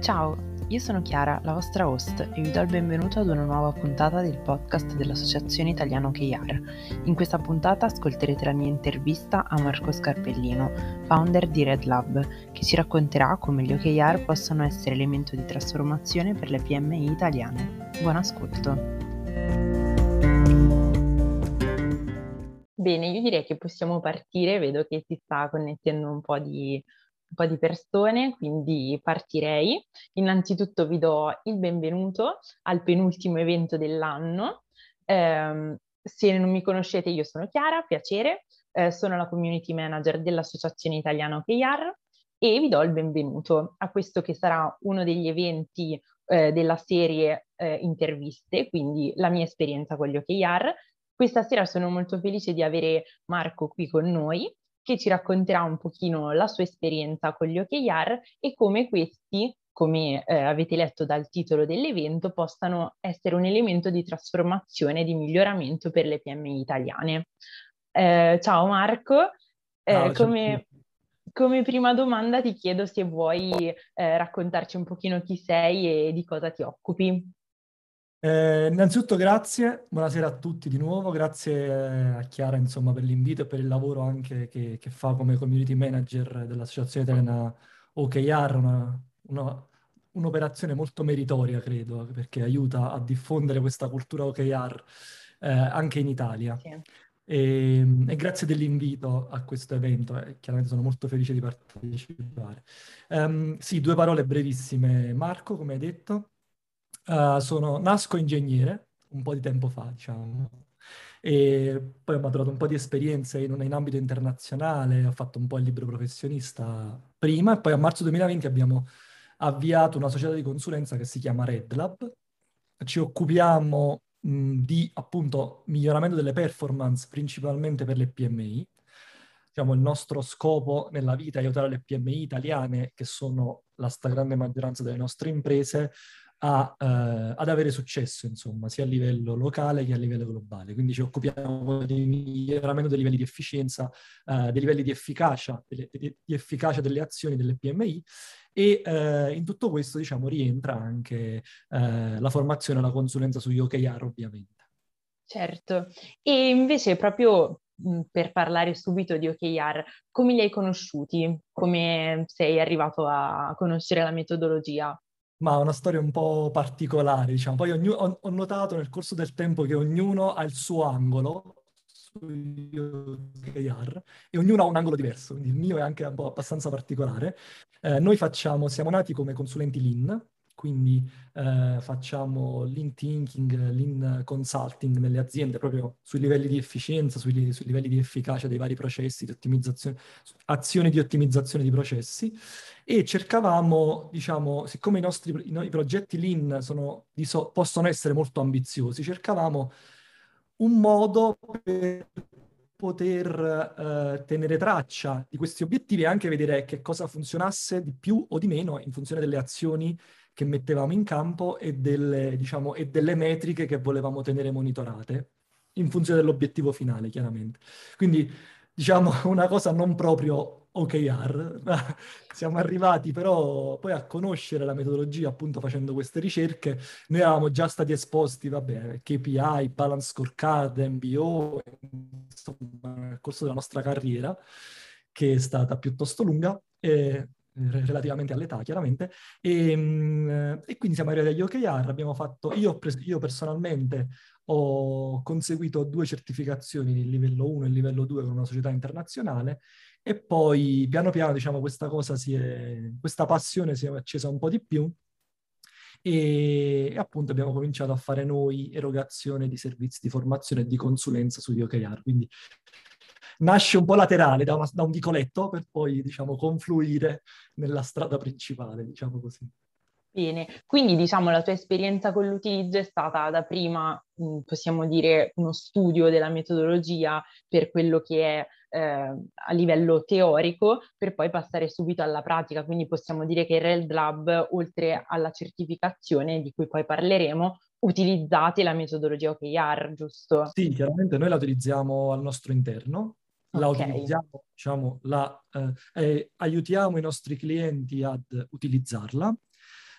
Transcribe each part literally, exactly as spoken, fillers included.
Ciao, io sono Chiara, la vostra host, e vi do il benvenuto ad una nuova puntata del podcast dell'Associazione Italiana O K R. In questa puntata ascolterete la mia intervista a Marco Scarpellino, founder di Red Lab, che ci racconterà come gli O K R possono essere elemento di trasformazione per le P M I italiane. Buon ascolto! Bene, io direi che possiamo partire, vedo che si sta connettendo un po' di... un po' di persone, quindi partirei. Innanzitutto vi do il benvenuto al penultimo evento dell'anno. Eh, se non mi conoscete, io sono Chiara, piacere, eh, sono la community manager dell'Associazione Italiana O K R e vi do il benvenuto a questo che sarà uno degli eventi eh, della serie eh, interviste, quindi la mia esperienza con gli O K R. Questa sera sono molto felice di avere Marco qui con noi, che ci racconterà un pochino la sua esperienza con gli O K R e come questi, come eh, avete letto dal titolo dell'evento, possano essere un elemento di trasformazione e di miglioramento per le P M I italiane. Eh, ciao Marco, eh, Ciao, ciao. come, come prima domanda ti chiedo se vuoi eh, raccontarci un pochino chi sei e di cosa ti occupi. Eh, innanzitutto grazie, buonasera a tutti di nuovo, grazie eh, a Chiara insomma per l'invito e per il lavoro anche che, che fa come community manager dell'Associazione Italiana O K R, una- una- un'operazione molto meritoria credo, perché aiuta a diffondere questa cultura O K R eh, anche in Italia. Sì. E, e grazie dell'invito a questo evento, eh, chiaramente sono molto felice di partecipare. Ehm, sì, due parole brevissime. Marco, come hai detto. Uh, sono, nasco ingegnere un po' di tempo fa, diciamo, e poi ho maturato un po' di esperienze in, in ambito internazionale, ho fatto un po' il libero professionista prima e poi a marzo duemilaventi abbiamo avviato una società di consulenza che si chiama Red Lab. Ci occupiamo mh, di appunto miglioramento delle performance principalmente per le P M I. Diciamo, il nostro scopo nella vita è aiutare le P M I italiane, che sono la stragrande maggioranza delle nostre imprese, a, eh, ad avere successo, insomma, sia a livello locale che a livello globale. Quindi ci occupiamo di miglioramento dei livelli di efficienza, eh, dei livelli di efficacia, delle, di, di efficacia delle azioni delle P M I e eh, in tutto questo, diciamo, rientra anche eh, la formazione e la consulenza sugli O K R, ovviamente. Certo, e invece proprio mh, per parlare subito di O K R, come li hai conosciuti? Come sei arrivato a conoscere la metodologia? Ma una storia un po' particolare, diciamo. Poi ognu- ho, ho notato nel corso del tempo che ognuno ha il suo angolo sugli O K R e ognuno ha un angolo diverso, quindi il mio è anche un po' abbastanza particolare. Eh, noi facciamo, siamo nati come consulenti Lean, quindi eh, facciamo Lean Thinking, Lean Consulting nelle aziende proprio sui livelli di efficienza, sui, li- sui livelli di efficacia dei vari processi, di ottimizzazione, azioni di ottimizzazione di processi e cercavamo, diciamo, siccome i nostri i, no- i progetti Lean sono, di so- possono essere molto ambiziosi, cercavamo un modo per poter eh, tenere traccia di questi obiettivi e anche vedere che cosa funzionasse di più o di meno in funzione delle azioni che mettevamo in campo e delle, diciamo, e delle metriche che volevamo tenere monitorate in funzione dell'obiettivo finale, chiaramente. Quindi, diciamo, una cosa non proprio O K R. Siamo arrivati però poi a conoscere la metodologia appunto facendo queste ricerche. Noi eravamo già stati esposti, vabbè, K P I, Balance Scorecard, M B O, insomma, nel corso della nostra carriera, che è stata piuttosto lunga, e, relativamente all'età chiaramente, e, mh, e quindi siamo arrivati agli O K R, abbiamo fatto, io, ho pres- io personalmente ho conseguito due certificazioni, il livello uno e il livello due con una società internazionale, e poi piano piano, diciamo, questa cosa si è, questa passione si è accesa un po' di più e, e appunto abbiamo cominciato a fare noi erogazione di servizi di formazione e di consulenza sugli O K R. Quindi nasce un po' laterale da, una- da un vicoletto per poi, diciamo, confluire nella strada principale, diciamo così. Bene, quindi diciamo la tua esperienza con l'utilizzo è stata da prima, mh, possiamo dire, uno studio della metodologia per quello che è eh, a livello teorico, per poi passare subito alla pratica. Quindi possiamo dire che il Red Lab, oltre alla certificazione di cui poi parleremo, utilizzate la metodologia O K R, giusto? Sì, chiaramente noi la utilizziamo al nostro interno, la Ok, utilizziamo, diciamo, la, eh, eh, aiutiamo i nostri clienti ad utilizzarla.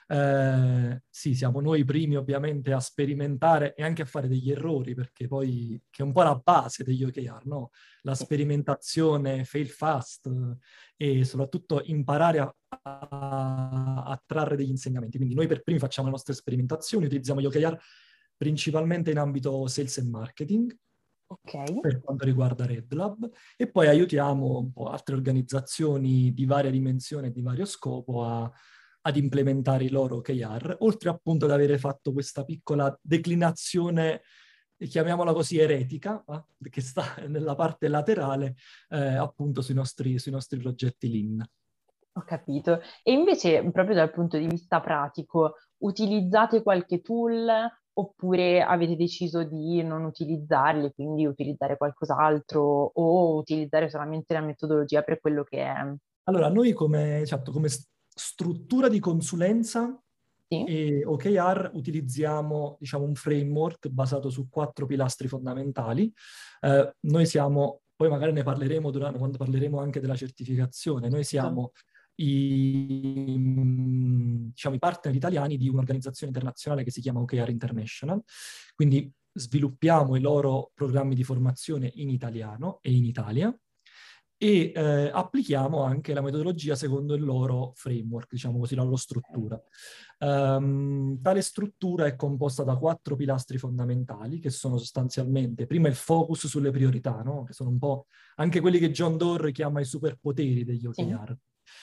Eh, sì, siamo noi i primi ovviamente a sperimentare e anche a fare degli errori, perché poi, che è un po' la base degli O K R, no? La sperimentazione, fail fast eh, e soprattutto imparare a, a, a trarre degli insegnamenti. Quindi noi per primi facciamo le nostre sperimentazioni, utilizziamo gli O K R principalmente in ambito sales e marketing, Ok. per quanto riguarda RedLab, e poi aiutiamo un po' altre organizzazioni di varia dimensione e di vario scopo a, ad implementare i loro O K R, oltre appunto ad avere fatto questa piccola declinazione, chiamiamola così, eretica, eh, che sta nella parte laterale, eh, appunto sui nostri, sui nostri progetti Lean. Ho capito. E invece, proprio dal punto di vista pratico, utilizzate qualche tool oppure avete deciso di non utilizzarli, quindi utilizzare qualcos'altro o utilizzare solamente la metodologia per quello che è? Allora, noi come, certo, come st- struttura di consulenza Sì? e O K R utilizziamo, diciamo, un framework basato su quattro pilastri fondamentali. Eh, noi siamo, poi magari ne parleremo durante, quando parleremo anche della certificazione, noi siamo i, diciamo, i partner italiani di un'organizzazione internazionale che si chiama O K R International, quindi sviluppiamo i loro programmi di formazione in italiano e in Italia e eh, applichiamo anche la metodologia secondo il loro framework, diciamo così, la loro struttura. Um, tale struttura è composta da quattro pilastri fondamentali, che sono sostanzialmente, prima il focus sulle priorità, no? Che sono un po' anche quelli che John Doerr chiama i superpoteri degli Sì. O K R.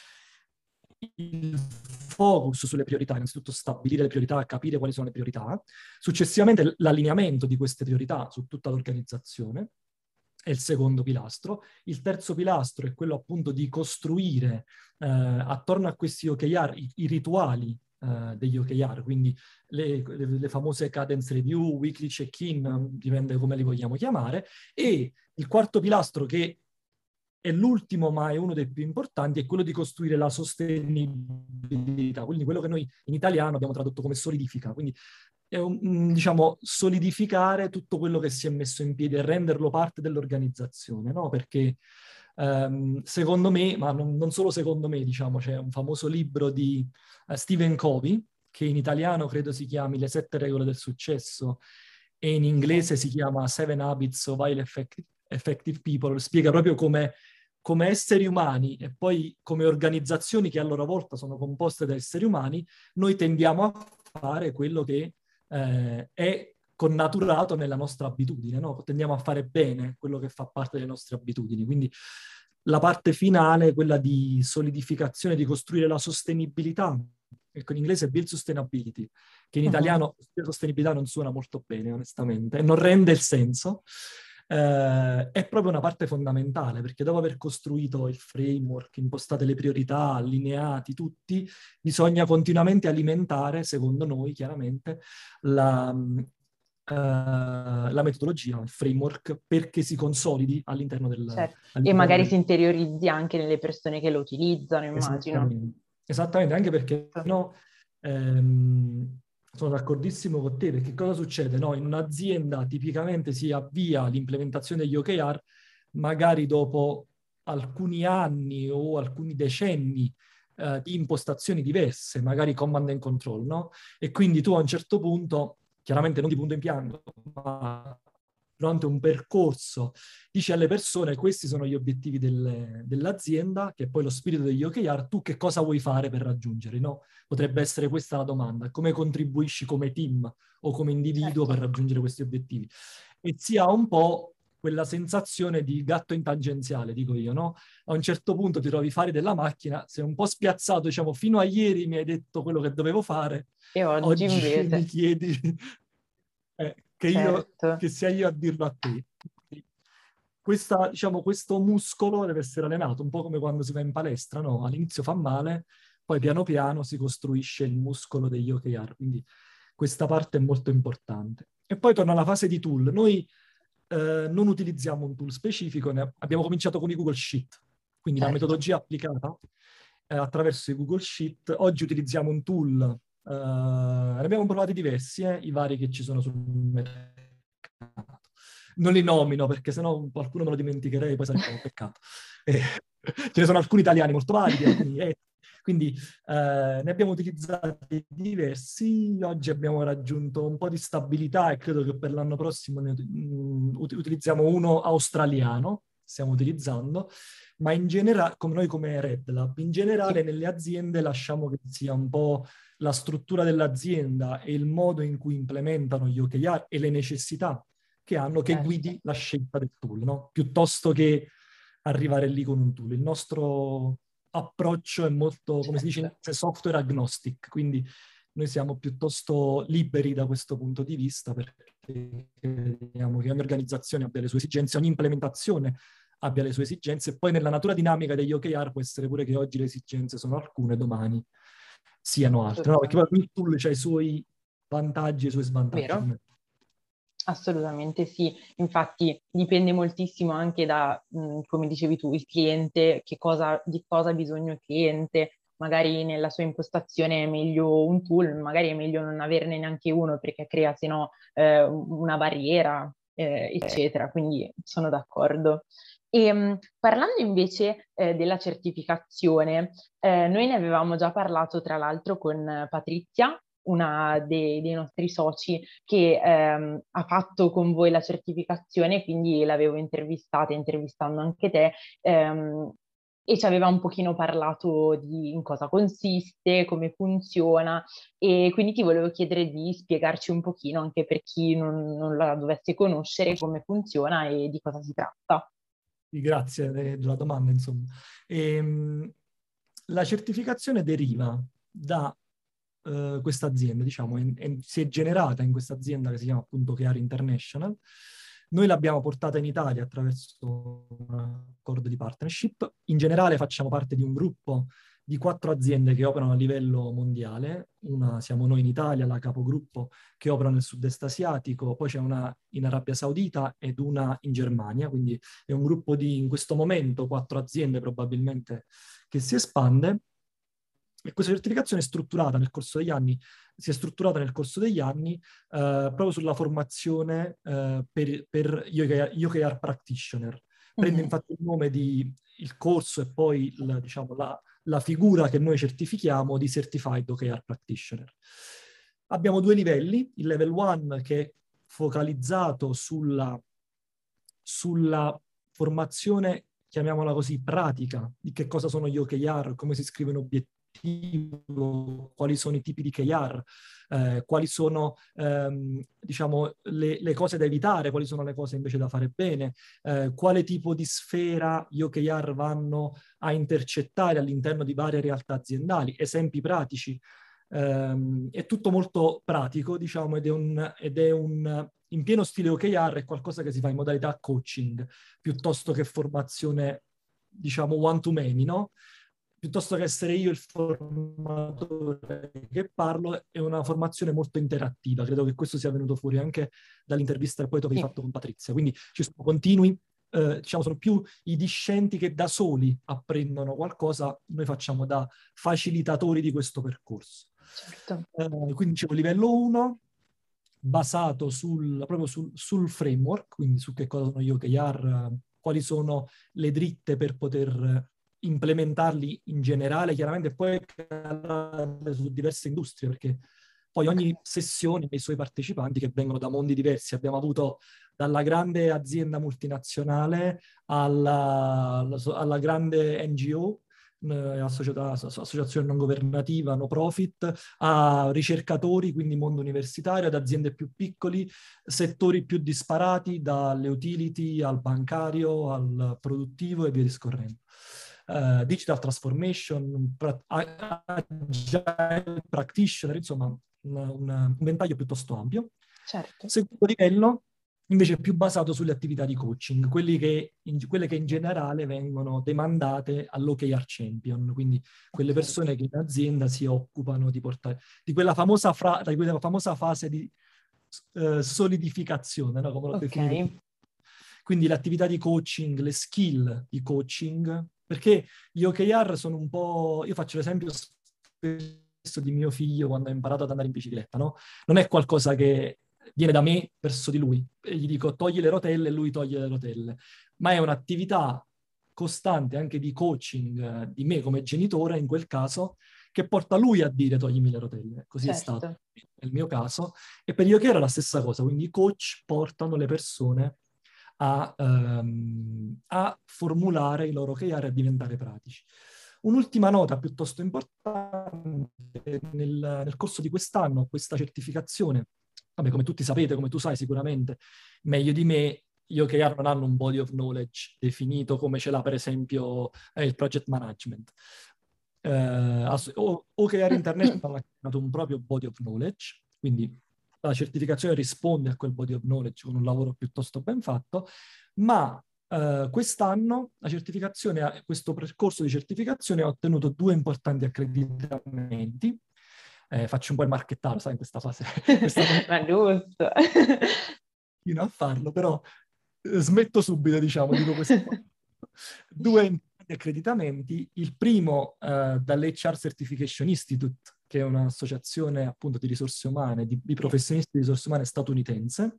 Il focus sulle priorità, innanzitutto stabilire le priorità, capire quali sono le priorità, successivamente l'allineamento di queste priorità su tutta l'organizzazione, è il secondo pilastro. Il terzo pilastro è quello appunto di costruire eh, attorno a questi O K R i, i rituali eh, degli O K R, quindi le, le, le famose cadence review, weekly check-in, dipende come li vogliamo chiamare, e il quarto pilastro, che è l'ultimo ma è uno dei più importanti, è quello di costruire la sostenibilità, quindi quello che noi in italiano abbiamo tradotto come solidifica, quindi è un, diciamo, solidificare tutto quello che si è messo in piedi e renderlo parte dell'organizzazione, no? Perché ehm, secondo me, ma non, non solo secondo me, diciamo, c'è un famoso libro di uh, Stephen Covey, che in italiano credo si chiami Le sette regole del successo, e in inglese si chiama Seven Habits of Highly Effective, Effective People, spiega proprio come come esseri umani e poi come organizzazioni che a loro volta sono composte da esseri umani, noi tendiamo a fare quello che eh, è connaturato nella nostra abitudine, no? Tendiamo a fare bene quello che fa parte delle nostre abitudini. Quindi la parte finale, quella di solidificazione, di costruire la sostenibilità, ecco, in inglese build sustainability, che in italiano uh-huh. sostenibilità non suona molto bene, onestamente, e non rende il senso. Eh, è proprio una parte fondamentale, perché dopo aver costruito il framework, impostate le priorità, allineati tutti, bisogna continuamente alimentare, secondo noi chiaramente, la, uh, la metodologia, il framework, perché si consolidi all'interno del... Certo. E all'interno magari del... si interiorizzi anche nelle persone che lo utilizzano, immagino. Esattamente. Esattamente, anche perché no, ehm, sono d'accordissimo con te, perché cosa succede? No? In un'azienda tipicamente si avvia l'implementazione degli O K R, magari dopo alcuni anni o alcuni decenni eh, di impostazioni diverse, magari command and control, no? E quindi tu a un certo punto, chiaramente non di punto in bianco, ma durante un percorso, dici alle persone questi sono gli obiettivi del, dell'azienda, che è poi lo spirito degli O K R, tu che cosa vuoi fare per raggiungerli, no? Potrebbe essere questa la domanda, come contribuisci come team o come individuo Certo. per raggiungere questi obiettivi? E si ha un po' quella sensazione di gatto in tangenziale, dico io, no? A un certo punto ti trovi fuori della macchina, sei un po' spiazzato, diciamo, fino a ieri mi hai detto quello che dovevo fare, E oggi oggi mi invece, chiedi eh, che, io, certo. che sia io a dirlo a te. Questa, diciamo, questo muscolo deve essere allenato, un po' come quando si va in palestra, no? All'inizio fa male, poi piano piano si costruisce il muscolo degli O K R, quindi questa parte è molto importante. E poi torna alla fase di tool. Noi eh, non utilizziamo un tool specifico, ne abbiamo cominciato con i Google Sheet, quindi la Certo. metodologia applicata eh, attraverso i Google Sheet. Oggi utilizziamo un tool, eh, ne abbiamo provati diversi, eh, i vari che ci sono sul mercato. Non li nomino perché sennò qualcuno me lo dimenticherei, poi sarebbe un peccato. Eh, ce ne sono alcuni italiani molto validi, alcuni eh, Quindi eh, ne abbiamo utilizzati diversi, oggi abbiamo raggiunto un po' di stabilità e credo che per l'anno prossimo ne ut- ut- utilizziamo uno australiano, stiamo utilizzando, ma in generale, come noi come Red Lab, in generale Sì. nelle aziende lasciamo che sia un po' la struttura dell'azienda e il modo in cui implementano gli O K R e le necessità che hanno che Certo. guidi la scelta del tool, no? Piuttosto che arrivare lì con un tool. Il nostro approccio è molto, come si dice, Certo. è software agnostic, quindi noi siamo piuttosto liberi da questo punto di vista perché crediamo che ogni organizzazione abbia le sue esigenze, ogni implementazione abbia le sue esigenze, e poi nella natura dinamica degli O K R può essere pure che oggi le esigenze sono alcune, domani siano altre, no? Perché poi il tool ha i suoi vantaggi e i suoi svantaggi. Vero? Assolutamente sì, infatti dipende moltissimo anche da, mh, come dicevi tu, il cliente, che cosa, di cosa ha bisogno il cliente, magari nella sua impostazione è meglio un tool, magari è meglio non averne neanche uno perché crea se no eh, una barriera, eh, eccetera, quindi sono d'accordo. E, mh, parlando invece eh, della certificazione, eh, noi ne avevamo già parlato tra l'altro con Patrizia, una dei, dei nostri soci che ehm, ha fatto con voi la certificazione, quindi l'avevo intervistata, intervistando anche te, ehm, e ci aveva un pochino parlato di in cosa consiste, come funziona, e quindi ti volevo chiedere di spiegarci un pochino, anche per chi non, non la dovesse conoscere, come funziona e di cosa si tratta. Grazie della domanda, insomma. Ehm, la certificazione deriva da uh, questa azienda, diciamo, in, in, si è generata in questa azienda che si chiama appunto Chiari International. Noi l'abbiamo portata in Italia attraverso un accordo di partnership. In generale facciamo parte di un gruppo di quattro aziende che operano a livello mondiale. Una siamo noi in Italia, la capogruppo, che opera nel sud-est asiatico, poi c'è una in Arabia Saudita ed una in Germania, quindi è un gruppo di, in questo momento, quattro aziende probabilmente che si espande. E questa certificazione è strutturata nel corso degli anni, si è strutturata nel corso degli anni eh, proprio sulla formazione eh, per, per gli O K R practitioner. Prende Mhm. infatti il nome di il corso e poi il, diciamo, la, la figura che noi certifichiamo di Certified O K R Practitioner. Abbiamo due livelli, il level one che è focalizzato sulla, sulla formazione, chiamiamola così, pratica, di che cosa sono gli O K R, come si scrivono obiettivi, quali sono i tipi di K R, eh, quali sono ehm, diciamo, le, le cose da evitare, quali sono le cose invece da fare bene, eh, quale tipo di sfera gli O K R vanno a intercettare all'interno di varie realtà aziendali, esempi pratici. Um, è tutto molto pratico, diciamo, ed è un, ed è un in pieno stile O K R, è qualcosa che si fa in modalità coaching, piuttosto che formazione, diciamo, one to many, no? Piuttosto che essere io il formatore che parlo, è una formazione molto interattiva. Credo che questo sia venuto fuori anche dall'intervista che poi tu avevi Sì, fatto con Patrizia. Quindi ci sono continui, eh, diciamo, sono più i discenti che da soli apprendono qualcosa, noi facciamo da facilitatori di questo percorso. certo. Eh, quindi dicevo livello uno, basato sul, proprio sul, sul framework, quindi su che cosa sono gli O K R, quali sono le dritte per poter implementarli in generale, chiaramente poi su diverse industrie, perché poi Ok. ogni sessione ha i suoi partecipanti che vengono da mondi diversi. Abbiamo avuto dalla grande azienda multinazionale alla, alla, alla grande N G O, eh, associazione non governativa, no profit, a ricercatori, quindi mondo universitario, ad aziende più piccoli, settori più disparati, dalle utility al bancario, al produttivo e via discorrendo. Uh, digital transformation, pra- agile practitioner, insomma un, un, un ventaglio piuttosto ampio. Certo. Secondo livello, invece, è più basato sulle attività di coaching, quelli che in, quelle che in generale vengono demandate all'O K R Champion, quindi quelle Ok. persone che in azienda si occupano di portare, di quella famosa, fra, di quella famosa fase di eh, solidificazione, no? Come l'ho Ok. definito. Quindi l'attività di coaching, le skill di coaching, perché gli O K R sono un po'... Io faccio l'esempio spesso di mio figlio quando ha imparato ad andare in bicicletta, no? Non è qualcosa che viene da me verso di lui. E gli dico togli le rotelle e lui toglie le rotelle. Ma è un'attività costante anche di coaching eh, di me come genitore in quel caso, che porta lui a dire toglimi le rotelle. Così certo. è stato nel mio caso. E per gli yoga era la stessa cosa, quindi i coach portano le persone a, um, a formulare i loro O K R e a diventare pratici. Un'ultima nota piuttosto importante, nel, nel corso di quest'anno questa certificazione, vabbè, come tutti sapete, come tu sai sicuramente, meglio di me, gli O K R non hanno un body of knowledge definito come ce l'ha per esempio eh, il project management. Eh, O K R International ha creato un proprio body of knowledge, quindi la certificazione risponde a quel body of knowledge con un lavoro piuttosto ben fatto, ma Uh, quest'anno la certificazione, questo percorso di certificazione ha ottenuto due importanti accreditamenti. Eh, faccio un po' il marchettaro, sai, in questa fase. questa Ma giusto. Fino a farlo, però eh, smetto subito, diciamo, dico questo. Due importanti accreditamenti. Il primo uh, dall'H R Certification Institute, che è un'associazione appunto di risorse umane, di, di professionisti di risorse umane statunitense,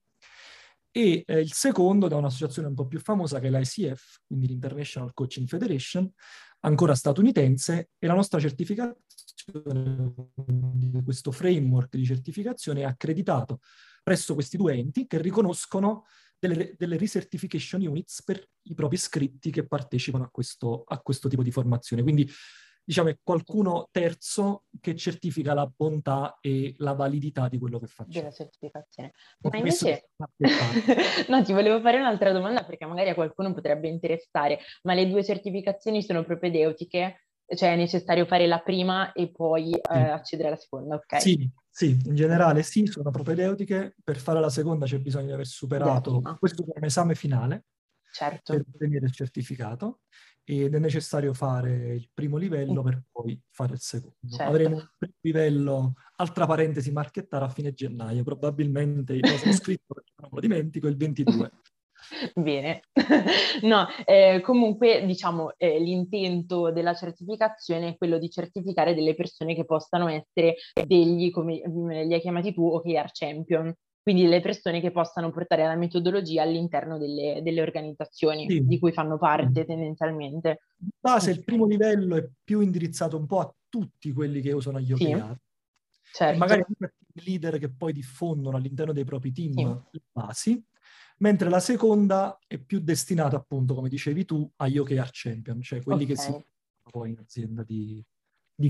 e eh, il secondo da un'associazione un po' più famosa che è l'I C F, quindi l'International Coaching Federation, ancora statunitense, e la nostra certificazione, questo framework di certificazione è accreditato presso questi due enti che riconoscono delle, delle recertification units per i propri iscritti che partecipano a questo, a questo tipo di formazione. Quindi diciamo è qualcuno terzo che certifica la bontà e la validità di quello che facciamo. Della certificazione. Ho Ma messo invece, che- no, ti volevo fare un'altra domanda perché magari a qualcuno potrebbe interessare, ma le due certificazioni sono propedeutiche? Cioè è necessario fare la prima e poi eh, Sì. accedere alla seconda, ok? Sì, sì, in generale sì, sono propedeutiche. Per fare la seconda c'è bisogno di aver superato, questo è un esame finale certo. per ottenere il certificato, ed è necessario fare il primo livello per poi fare il secondo. Certo. Avremo il primo livello, altra parentesi, marchettare a fine gennaio, probabilmente me lo sono scritto perché non me lo dimentico, il ventidue. Bene, no, eh, comunque diciamo eh, l'intento della certificazione è quello di certificare delle persone che possano essere degli, come li hai chiamati tu, O K R champion, quindi le persone che possano portare la metodologia all'interno delle, delle organizzazioni Sì, di cui fanno parte sì. tendenzialmente. Di base Okay. il primo livello è più indirizzato un po' a tutti quelli che usano gli O K R. Sì, E certo. magari anche leader che poi diffondono all'interno dei propri team Sì. le basi, mentre la seconda è più destinata appunto, come dicevi tu, agli O K R champion, cioè quelli Okay. che si poi in azienda di, di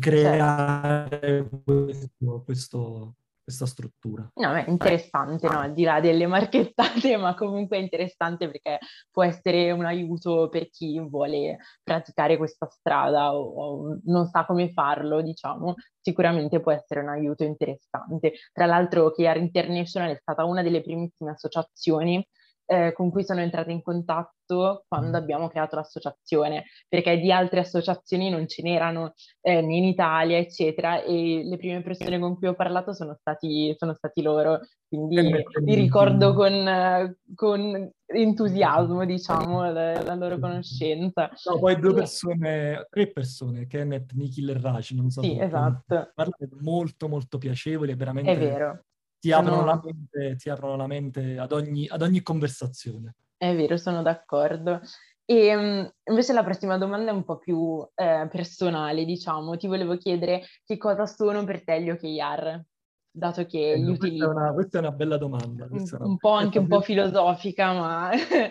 creare questo, questo, questa struttura. No, è interessante, no? Al di là delle marchettate, ma comunque è interessante perché può essere un aiuto per chi vuole praticare questa strada o, o non sa come farlo, diciamo, sicuramente può essere un aiuto interessante. Tra l'altro K R International è stata una delle primissime associazioni eh, con cui sono entrata in contatto quando abbiamo creato l'associazione, perché di altre associazioni non ce n'erano eh, né in Italia, eccetera, e le prime persone con cui ho parlato sono stati, sono stati loro, quindi li ricordo con, con entusiasmo, diciamo, la, la loro conoscenza. No, poi due persone, tre persone, Kenneth, Nikhil e Raj, non so Sì, se esatto. parlare, molto molto piacevoli e È veramente vero. ti Sono... aprono la mente, ti aprono la mente ad ogni, ad ogni conversazione. È vero, sono d'accordo. E um, invece la prossima domanda è un po' più eh, personale, diciamo. Ti volevo chiedere che cosa sono per te gli O K R, dato che li Eh, questa, è utilizzi. una, questa è una bella domanda. Un, Questa è una, un po' è anche una un po' bella... filosofica, ma...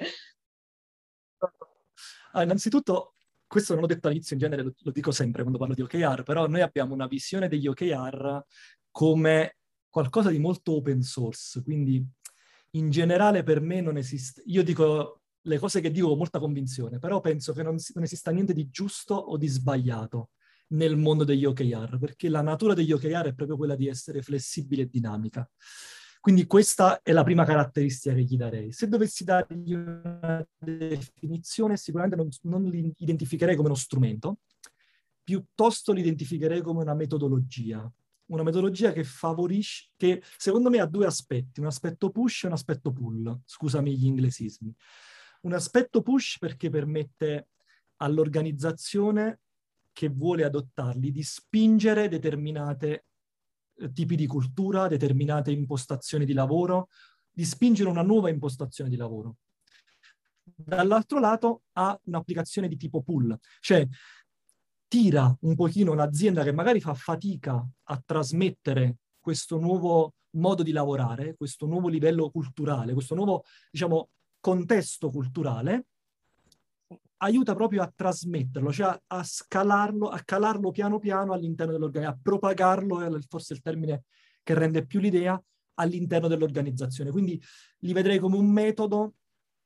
Ah, innanzitutto, questo non l'ho detto all'inizio, in genere lo, lo dico sempre quando parlo di O K R, però noi abbiamo una visione degli O K R come qualcosa di molto open source, quindi in generale per me non esiste, io dico le cose che dico con molta convinzione, però penso che non, non esista niente di giusto o di sbagliato nel mondo degli O K R, perché la natura degli O K R è proprio quella di essere flessibile e dinamica. Quindi questa è la prima caratteristica che gli darei. Se dovessi dargli una definizione, sicuramente non, non li identificherei come uno strumento, piuttosto li identificherei come una metodologia. Una metodologia che favorisce, che secondo me ha due aspetti, un aspetto push e un aspetto pull. Scusami gli inglesismi. Un aspetto push perché permette all'organizzazione che vuole adottarli di spingere determinate tipi di cultura, determinate impostazioni di lavoro, di spingere una nuova impostazione di lavoro. dall'altro lato ha un'applicazione di tipo pull, cioè tira un pochino un'azienda che magari fa fatica a trasmettere questo nuovo modo di lavorare, questo nuovo livello culturale, questo nuovo, diciamo, contesto culturale, aiuta proprio a trasmetterlo, cioè a, a scalarlo, a calarlo piano piano all'interno dell'organizzazione, a propagarlo, è forse il termine che rende più l'idea, all'interno dell'organizzazione. Quindi li vedrei come un metodo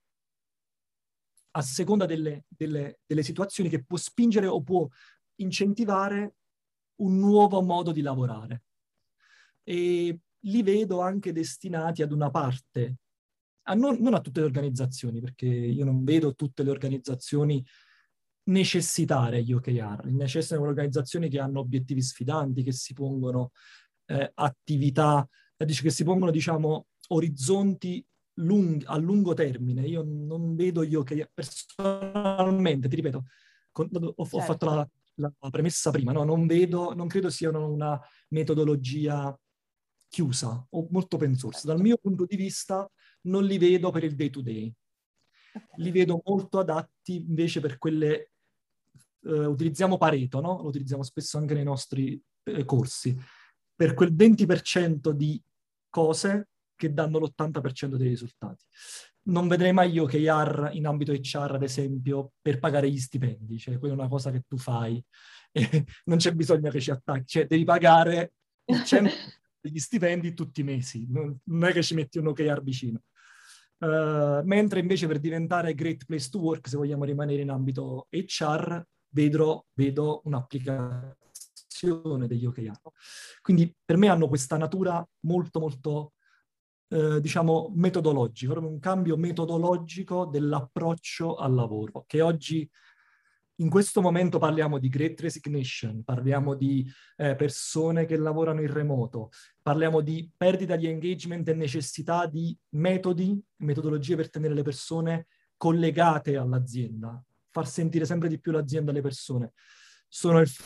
a seconda delle, delle, delle situazioni che può spingere o può incentivare un nuovo modo di lavorare. E li vedo anche destinati ad una parte, a non, non a tutte le organizzazioni, perché io non vedo tutte le organizzazioni necessitare gli O K R, necessitano organizzazioni che hanno obiettivi sfidanti, che si pongono eh, attività, eh, che si pongono, diciamo, orizzonti lunghi, a lungo termine. Io non vedo gli O K R, personalmente, ti ripeto, con, ho, ho Certo. fatto la, la premessa prima, no? Non vedo, non credo siano una metodologia chiusa o molto open source. Dal mio punto di vista non li vedo per il day to day. Li vedo molto adatti invece per quelle, eh, utilizziamo Pareto, no? Lo utilizziamo spesso anche nei nostri eh, corsi, per quel venti per cento di cose che danno l'ottanta per cento dei risultati. Non vedrei mai gli O K R in ambito H R, ad esempio, per pagare gli stipendi, cioè quella è una cosa che tu fai e non c'è bisogno che ci attacchi, cioè devi pagare il cento per cento degli stipendi tutti i mesi, non, non è che ci metti un O K R vicino. Uh, mentre invece per diventare Great Place to Work, se vogliamo rimanere in ambito H R, vedo, vedo un'applicazione degli O K R. Quindi per me hanno questa natura molto molto eh, diciamo metodologica, proprio un cambio metodologico dell'approccio al lavoro, che oggi in questo momento parliamo di Great Resignation, parliamo di eh, persone che lavorano in remoto, parliamo di perdita di engagement e necessità di metodi, metodologie per tenere le persone collegate all'azienda, far sentire sempre di più l'azienda alle persone. Sono il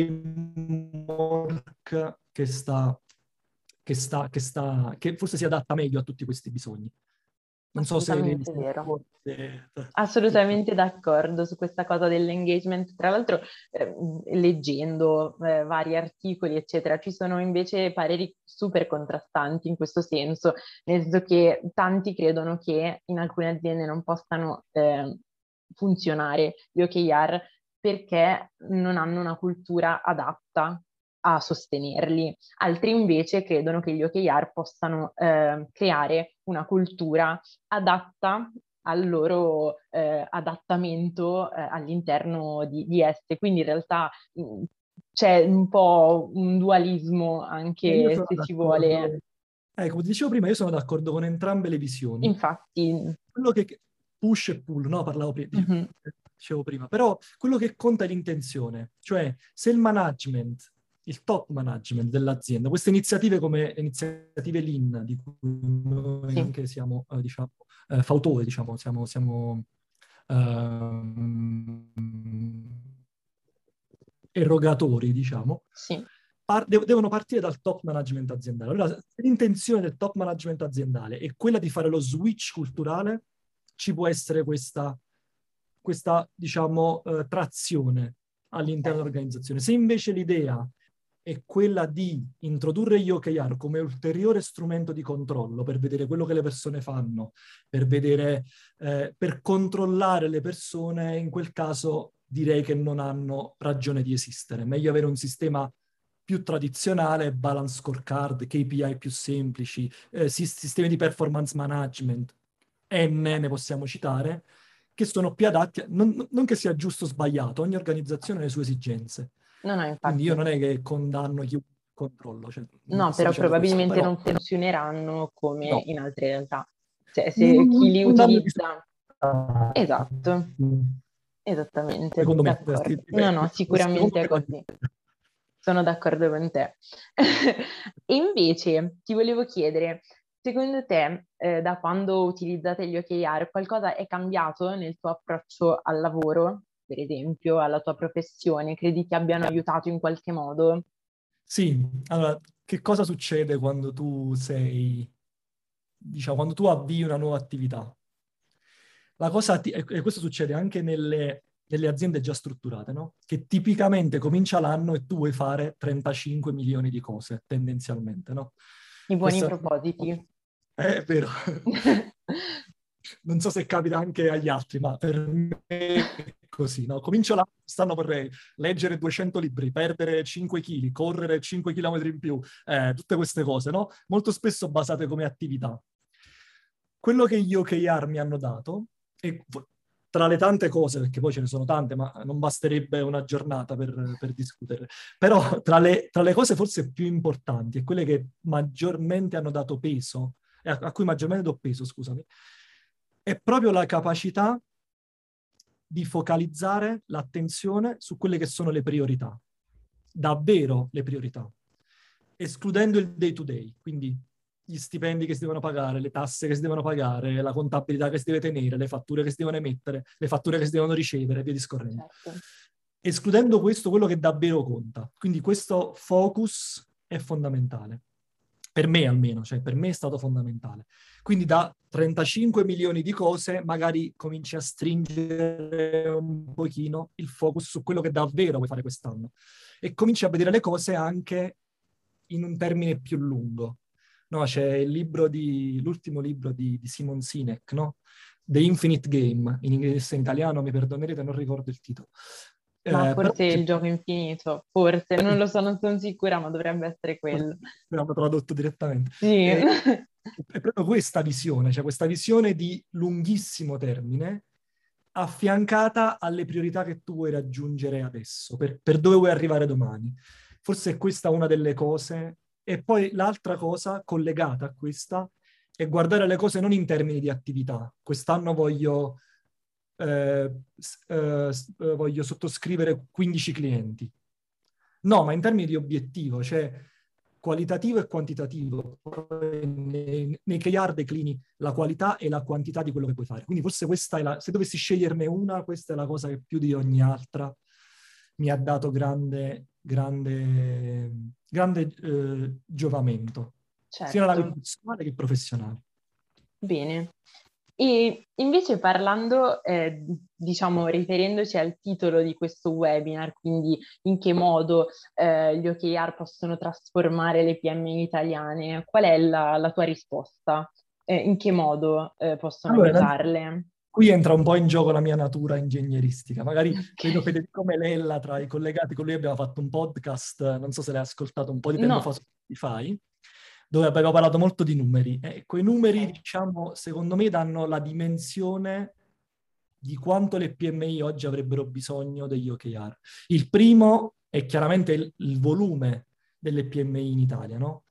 framework che sta, che sta, che sta, che forse si adatta meglio a tutti questi bisogni. Non so se... Assolutamente vero. se... Assolutamente d'accordo su questa cosa dell'engagement. Tra l'altro, eh, leggendo eh, vari articoli, eccetera, ci sono invece pareri super contrastanti in questo senso, nel senso che tanti credono che in alcune aziende non possano eh, funzionare gli O K R perché non hanno una cultura adatta a sostenerli. Altri invece credono che gli O K R possano eh, creare una cultura adatta al loro eh, adattamento eh, all'interno di, di esse. Quindi in realtà mh, c'è un po' un dualismo Eh, io anche sono se ci vuole. d'accordo. Eh, come ti dicevo prima, io sono d'accordo con entrambe le visioni. Infatti, Quello che push e pull, no? Parlavo prima, mhm, dicevo prima, però quello che conta è l'intenzione, cioè se il management, il top management dell'azienda, queste iniziative come iniziative Lean, di cui noi sì, anche siamo, eh, diciamo, eh, fautori, diciamo, siamo, siamo ehm, erogatori, diciamo, sì. par- dev- devono partire dal top management aziendale. Allora, se l'intenzione del top management aziendale è quella di fare lo switch culturale, ci può essere questa, questa diciamo, eh, trazione all'interno dell'organizzazione. Se invece l'idea è quella di introdurre gli O K R come ulteriore strumento di controllo per vedere quello che le persone fanno, per vedere, eh, per controllare le persone, in quel caso direi che non hanno ragione di esistere. Meglio avere un sistema più tradizionale, balance scorecard, K P I più semplici, eh, sistemi di performance management, N ne possiamo citare, che sono più adatti, a, non, non che sia giusto o sbagliato, ogni organizzazione ha le sue esigenze. No, no, Quindi io infatti. non è che condanno chi controllo, cioè, non No, sto però dicendo questo, probabilmente però non funzioneranno come no, in altre realtà. Cioè, se chi non, li non danno utilizza. risultati. Esatto, esattamente, Secondo me, d'accordo. No, no, questo secondo sicuramente è me la così. Sono d'accordo con te. E invece ti volevo chiedere, secondo te, eh, da quando utilizzate gli O K R, qualcosa è cambiato nel tuo approccio al lavoro, per esempio, alla tua professione? Credi ti abbiano aiutato in qualche modo? Sì, allora, che cosa succede quando tu sei, diciamo, quando tu avvii una nuova attività? la cosa, ti- e questo succede anche nelle, nelle aziende già strutturate, no? Che tipicamente comincia l'anno e tu vuoi fare trentacinque milioni di cose, tendenzialmente, no? I buoni Questo propositi. è vero. Non so se capita anche agli altri, ma per me è così, no? Comincio l'anno, quest'anno vorrei leggere duecento libri, perdere cinque chili, correre cinque chilometri in più, eh, tutte queste cose, no? Molto spesso basate come attività. Quello che gli O K R mi hanno dato, e tra le tante cose, perché poi ce ne sono tante, ma non basterebbe una giornata per, per discutere, però tra le, tra le cose forse più importanti e quelle che maggiormente hanno dato peso, a, a cui maggiormente do peso, scusami, è proprio la capacità di focalizzare l'attenzione su quelle che sono le priorità, davvero le priorità, escludendo il day to day, quindi gli stipendi che si devono pagare, le tasse che si devono pagare, la contabilità che si deve tenere, le fatture che si devono emettere, le fatture che si devono ricevere, e via discorrendo. Certo. Escludendo questo, quello che davvero conta. Quindi questo focus è fondamentale. Per me almeno, cioè per me è stato fondamentale. Quindi da trentacinque milioni di cose magari cominci a stringere un pochino il focus su quello che davvero vuoi fare quest'anno e cominci a vedere le cose anche in un termine più lungo. No, c'è il libro di, l'ultimo libro di, di Simon Sinek, no? The Infinite Game, in inglese e in italiano, mi perdonerete, non ricordo il titolo. Ma Eh, però forse il gioco infinito, forse, non lo so, non sono sicura, ma dovrebbe essere quello. l'hanno tradotto direttamente. Sì. E, è proprio questa visione, cioè questa visione di lunghissimo termine affiancata alle priorità che tu vuoi raggiungere adesso, per, per dove vuoi arrivare domani. Forse è questa una delle cose. E poi l'altra cosa collegata a questa è guardare le cose non in termini di attività. Quest'anno voglio, eh, eh, voglio sottoscrivere quindici clienti. No, ma in termini di obiettivo, cioè qualitativo e quantitativo. Nei, nei K R declini la qualità e la quantità di quello che puoi fare. Quindi forse questa è la, se dovessi sceglierne una, questa è la cosa che più di ogni altra mi ha dato grande, grande, grande eh, giovamento, sia nella vita Certo, personale che professionale. bene. E invece parlando, eh, diciamo, riferendoci al titolo di questo webinar, quindi in che modo eh, gli O K R possono trasformare le P M I italiane, qual è la, la tua risposta? Eh, in che modo eh, possono Allora, aiutarle? qui entra un po' in gioco la mia natura ingegneristica. Magari vedo Ok. Federico Melella tra i collegati, con lui abbiamo fatto un podcast, non so se l'hai ascoltato un po' di tempo fa No, su Spotify, dove abbiamo parlato molto di numeri. E quei numeri, ok. diciamo, secondo me danno la dimensione di quanto le P M I oggi avrebbero bisogno degli O K R. Il primo è chiaramente il, il volume delle P M I in Italia, no?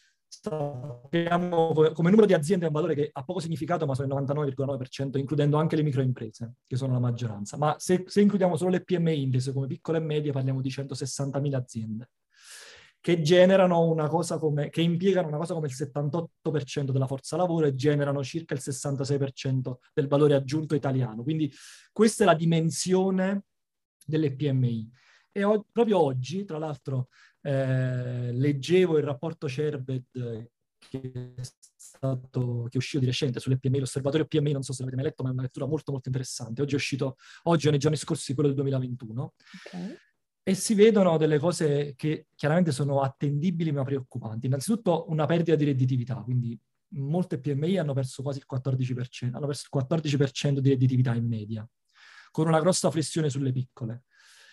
Sappiamo come numero di aziende è un valore che ha poco significato, ma sono il novantanove virgola nove per cento, includendo anche le microimprese, che sono la maggioranza. Ma se, se includiamo solo le P M I intese come piccole e medie, parliamo di centosessantamila aziende, che generano una cosa come, che impiegano una cosa come il settantotto per cento della forza lavoro e generano circa il sessantasei per cento del valore aggiunto italiano. Quindi questa è la dimensione delle P M I. E o- proprio oggi, tra l'altro, eh, leggevo il rapporto Cerbed che è stato, che è uscito di recente sulle P M I, l'osservatorio P M I, non so se l'avete mai letto, ma è una lettura molto molto interessante. Oggi è uscito, oggi o nei giorni scorsi, quello del duemilaventuno. Ok. E si vedono delle cose che chiaramente sono attendibili ma preoccupanti. Innanzitutto una perdita di redditività, quindi molte P M I hanno perso quasi il quattordici per cento, hanno perso il quattordici per cento di redditività in media, con una grossa flessione sulle piccole.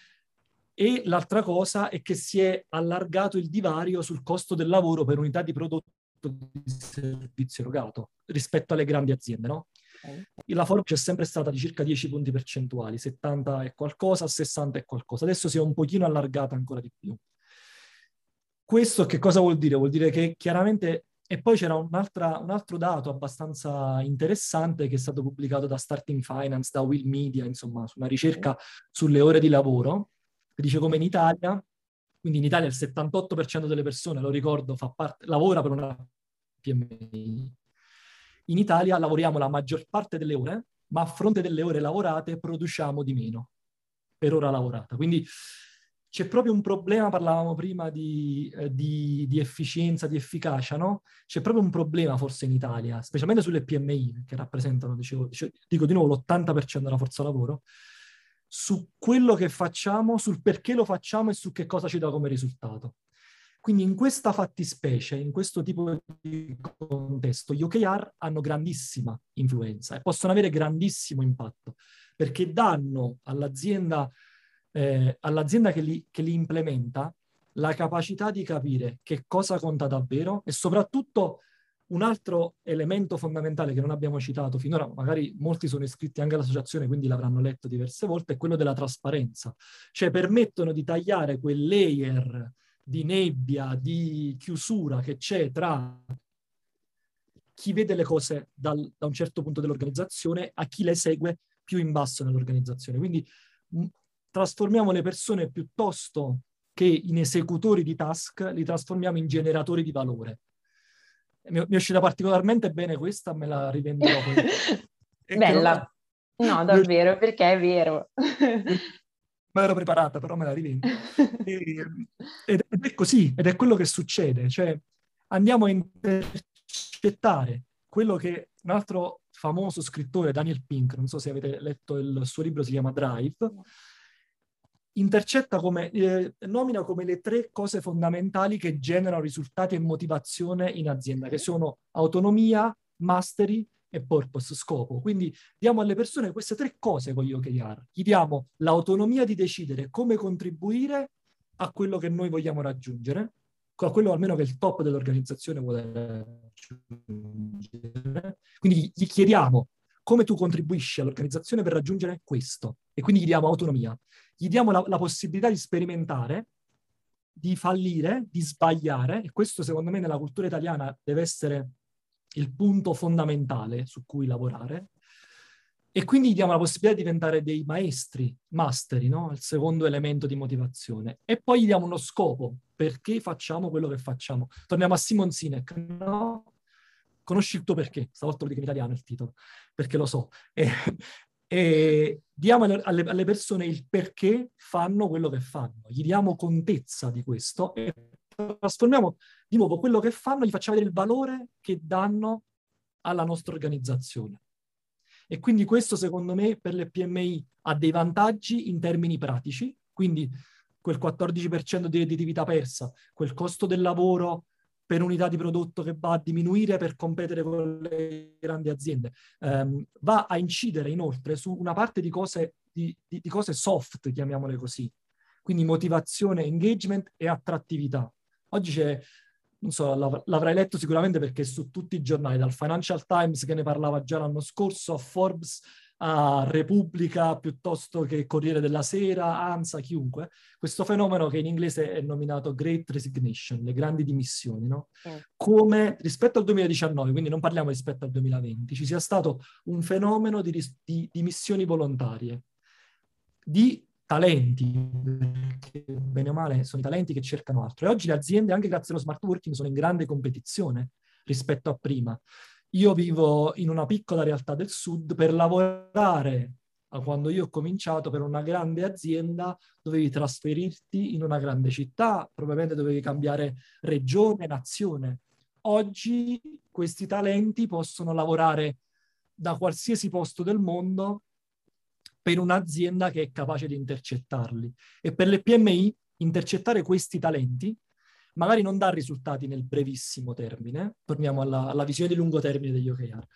E l'altra cosa è che si è allargato il divario sul costo del lavoro per unità di prodotto di servizio erogato rispetto alle grandi aziende, no? Ok. La forbice è sempre stata di circa dieci punti percentuali, settanta e qualcosa, sessanta e qualcosa. Adesso si è un pochino allargata ancora di più. Questo che cosa vuol dire? Vuol dire che chiaramente... E poi c'era un'altra, un altro dato abbastanza interessante che è stato pubblicato da Starting Finance, da Will Media, insomma, su una ricerca sulle ore di lavoro, che dice come in Italia, quindi in Italia il settantotto per cento delle persone, lo ricordo, fa parte, lavora per una P M I. In Italia lavoriamo la maggior parte delle ore, ma a fronte delle ore lavorate produciamo di meno per ora lavorata. Quindi c'è proprio un problema, parlavamo prima di, eh, di, di efficienza, di efficacia, no? C'è proprio un problema forse in Italia, specialmente sulle P M I, che rappresentano, dicevo, dicevo, dico di nuovo, l'ottanta per cento della forza lavoro, su quello che facciamo, sul perché lo facciamo e su che cosa ci dà come risultato. Quindi in questa fattispecie, in questo tipo di contesto, gli O K R hanno grandissima influenza e possono avere grandissimo impatto, perché danno all'azienda, eh, all'azienda che li, che li implementa la capacità di capire che cosa conta davvero e soprattutto un altro elemento fondamentale che non abbiamo citato finora, magari molti sono iscritti anche all'associazione, quindi l'avranno letto diverse volte, è quello della trasparenza. Cioè permettono di tagliare quel layer di nebbia, di chiusura che c'è tra chi vede le cose dal, da un certo punto dell'organizzazione a chi le segue più in basso nell'organizzazione. Quindi mh, trasformiamo le persone piuttosto che in esecutori di task, li trasformiamo in generatori di valore. Mi, mi è uscita particolarmente bene questa, me la rivenderò poi. Bella. No, davvero, perché è vero. Ma ero preparata, però me la rivendo. E, ed, ed è così, ed è quello che succede. Cioè, andiamo a intercettare quello che un altro famoso scrittore, Daniel Pink, non so se avete letto il suo libro, si chiama Drive, intercetta come, eh, nomina come le tre cose fondamentali che generano risultati e motivazione in azienda, che sono autonomia, mastery e purpose, scopo. Quindi diamo alle persone queste tre cose con gli O K R. Gli diamo l'autonomia di decidere come contribuire a quello che noi vogliamo raggiungere, a quello almeno che il top dell'organizzazione vuole raggiungere. Quindi gli chiediamo come tu contribuisci all'organizzazione per raggiungere questo, e quindi gli diamo autonomia. Gli diamo la, la possibilità di sperimentare, di fallire, di sbagliare, e questo secondo me nella cultura italiana deve essere il punto fondamentale su cui lavorare, e quindi gli diamo la possibilità di diventare dei maestri, masteri, no? Il secondo elemento di motivazione. E poi gli diamo uno scopo, perché facciamo quello che facciamo. Torniamo a Simon Sinek, no? Conosci il tuo perché? Stavolta lo dico in italiano il titolo, perché lo so. E, e diamo alle, alle persone il perché fanno quello che fanno. Gli diamo contezza di questo e trasformiamo di nuovo quello che fanno, gli facciamo vedere il valore che danno alla nostra organizzazione. E quindi questo, secondo me, per le P M I ha dei vantaggi in termini pratici, quindi quel quattordici per cento di redditività persa, quel costo del lavoro per unità di prodotto che va a diminuire per competere con le grandi aziende, um, va a incidere inoltre su una parte di cose, di, di, di cose soft, chiamiamole così, quindi motivazione, engagement e attrattività. Oggi c'è, non so, l'av- l'avrai letto sicuramente perché è su tutti i giornali, dal Financial Times che ne parlava già l'anno scorso, a Forbes, a Repubblica, piuttosto che Corriere della Sera, ANSA, chiunque, questo fenomeno che in inglese è nominato Great Resignation, le grandi dimissioni, no? Mm. Come rispetto al duemiladiciannove, quindi non parliamo rispetto al duemilaventi, ci sia stato un fenomeno di, ris- di dimissioni volontarie, di talenti, perché bene o male sono i talenti che cercano altro. E oggi le aziende, anche grazie allo smart working, sono in grande competizione rispetto a prima. Io vivo in una piccola realtà del sud, per lavorare, quando io ho cominciato, per una grande azienda, dovevi trasferirti in una grande città, probabilmente dovevi cambiare regione, nazione. Oggi questi talenti possono lavorare da qualsiasi posto del mondo per un'azienda che è capace di intercettarli. E per le P M I intercettare questi talenti magari non dà risultati nel brevissimo termine, torniamo alla, alla visione di lungo termine degli O K R,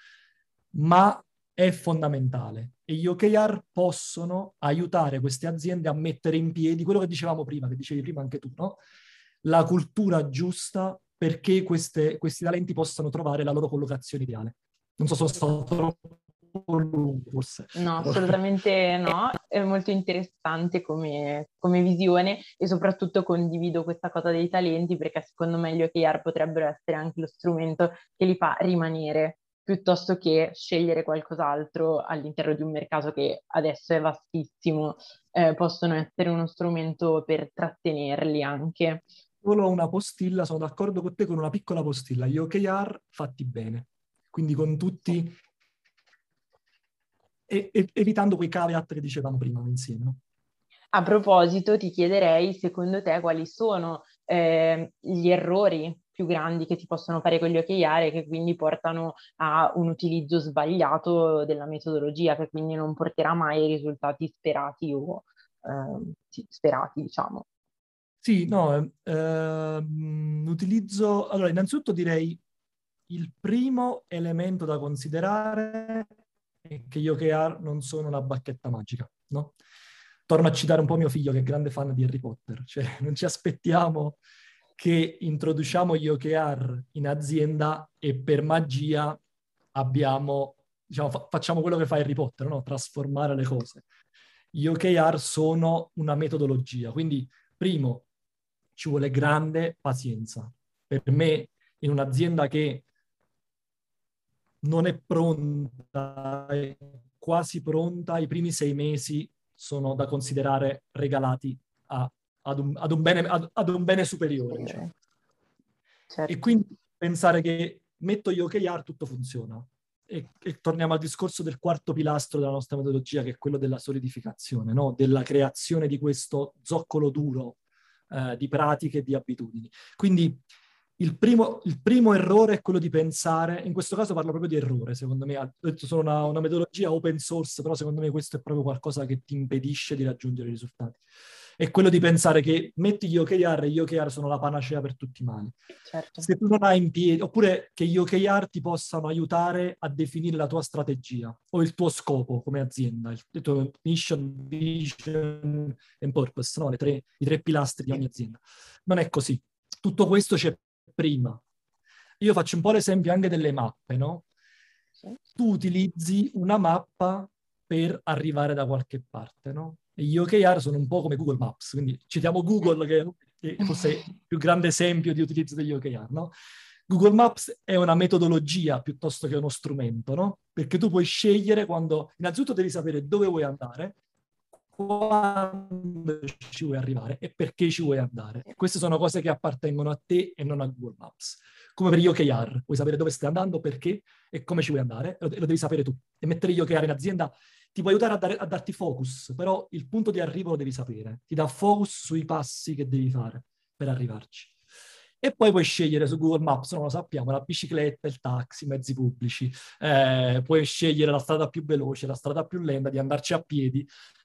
ma è fondamentale. E gli O K R possono aiutare queste aziende a mettere in piedi quello che dicevamo prima, che dicevi prima anche tu, no? La cultura giusta perché queste, questi talenti possano trovare la loro collocazione ideale. Non so se sono stato troppo lungo, forse. No, assolutamente no, è molto interessante come, come visione e soprattutto condivido questa cosa dei talenti perché secondo me gli O K R potrebbero essere anche lo strumento che li fa rimanere piuttosto che scegliere qualcos'altro all'interno di un mercato che adesso è vastissimo, eh, possono essere uno strumento per trattenerli anche. Solo una postilla, sono d'accordo con te con una piccola postilla, gli O K R fatti bene, quindi con tutti, e, e, evitando quei caveat che dicevamo prima insieme, no? A proposito, ti chiederei, secondo te, quali sono eh, gli errori più grandi che si possono fare con gli O K R e che quindi portano a un utilizzo sbagliato della metodologia, che quindi non porterà mai ai risultati sperati o eh, sì, sperati, diciamo. Sì, no, ehm, utilizzo... Allora, innanzitutto direi il primo elemento da considerare è che gli O K R non sono una bacchetta magica, no? Torno a citare un po' mio figlio che è grande fan di Harry Potter, cioè non ci aspettiamo che introduciamo gli O K R in azienda e per magia abbiamo, diciamo, fa- facciamo quello che fa Harry Potter, no? Trasformare le cose. Gli O K R sono una metodologia, quindi primo, ci vuole grande pazienza. Per me, in un'azienda che non è pronta, è quasi pronta, i primi sei mesi sono da considerare regalati a, ad, un, ad, un bene, ad, ad un bene superiore, diciamo. E Certo. quindi pensare che metto gli O K R, tutto funziona. E, e torniamo al discorso del quarto pilastro della nostra metodologia, che è quello della solidificazione, no? Della creazione di questo zoccolo duro eh, di pratiche e di abitudini. Quindi il primo, il primo errore è quello di pensare, in questo caso parlo proprio di errore, secondo me, ho detto sono una, una metodologia open source, però secondo me questo è proprio qualcosa che ti impedisce di raggiungere i risultati. È quello di pensare che metti gli O K R e gli O K R sono la panacea per tutti i mali. Certo. Se tu non hai in piedi, oppure che gli O K R ti possano aiutare a definire la tua strategia o il tuo scopo come azienda, il, il tuo mission, vision and purpose, no? Le tre, i tre pilastri di ogni azienda. Non è così. Tutto questo c'è prima. Io faccio un po' l'esempio anche delle mappe, no? Sì. Tu utilizzi una mappa per arrivare da qualche parte, no? E gli O K R sono un po' come Google Maps, quindi citiamo Google che, che forse è il più grande esempio di utilizzo degli O K R, no? Google Maps è una metodologia piuttosto che uno strumento, no? Perché tu puoi scegliere quando... Innanzitutto devi sapere dove vuoi andare, quando ci vuoi arrivare e perché ci vuoi andare. Queste sono cose che appartengono a te e non a Google Maps. Come per gli O K R, vuoi sapere dove stai andando, perché e come ci vuoi andare, e lo, lo devi sapere tu. E mettere gli O K R in azienda ti può aiutare a, dare, a darti focus, però il punto di arrivo lo devi sapere. Ti dà focus sui passi che devi fare per arrivarci. E poi puoi scegliere su Google Maps, non lo sappiamo, la bicicletta, il taxi, i mezzi pubblici. Eh, puoi scegliere la strada più veloce, la strada più lenta, di andarci a piedi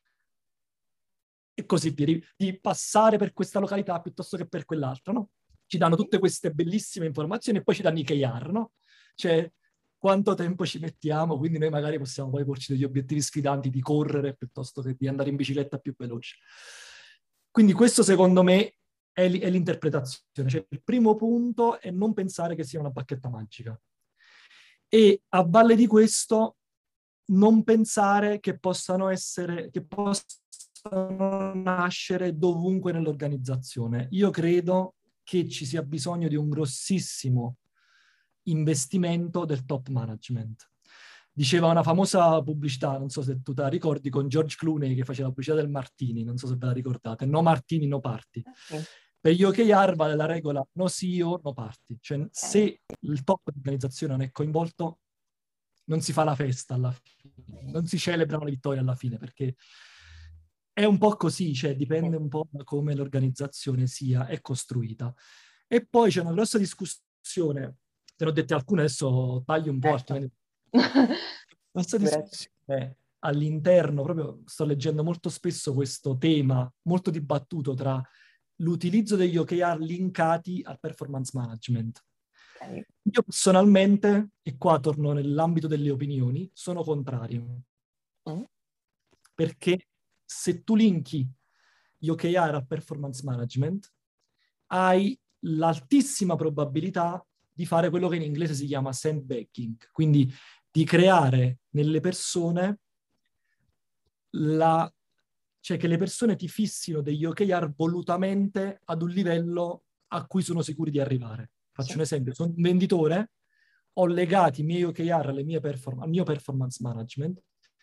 e così via, di, di passare per questa località piuttosto che per quell'altra, no? Ci danno tutte queste bellissime informazioni e poi ci danno i K R, no? Cioè, quanto tempo ci mettiamo, quindi noi magari possiamo poi porci degli obiettivi sfidanti di correre piuttosto che di andare in bicicletta più veloce. Quindi questo secondo me è, è l'interpretazione. Cioè, il primo punto è non pensare che sia una bacchetta magica. E a valle di questo non pensare che possano essere, che possano nascere dovunque nell'organizzazione. Io credo che ci sia bisogno di un grossissimo investimento del top management. Diceva una famosa pubblicità, non so se tu te la ricordi, con George Clooney che faceva la pubblicità del Martini, non so se ve la ricordate, no Martini, no party. Sì. Per gli O K R vale la regola no C E O, no party. Cioè se il top di organizzazione non è coinvolto, non si fa la festa alla fine, non si celebrano le vittorie alla fine, perché è un po' così, cioè dipende un po' da come l'organizzazione sia, è costruita. E poi c'è una grossa discussione, te ne ho dette alcune, adesso taglio un po', altrimenti... Questa discussione all'interno, proprio sto leggendo molto spesso questo tema molto dibattuto tra l'utilizzo degli O K R linkati al performance management. Okay. Io personalmente, e qua torno nell'ambito delle opinioni, sono contrario. Mm. Perché se tu linki gli O K R al performance management, hai l'altissima probabilità di fare quello che in inglese si chiama sandbagging, quindi di creare nelle persone la... cioè che le persone ti fissino degli O K R volutamente ad un livello a cui sono sicuri di arrivare. Faccio Sì. un esempio, sono un venditore, ho legati i miei O K R alle mie perform- al mio performance management,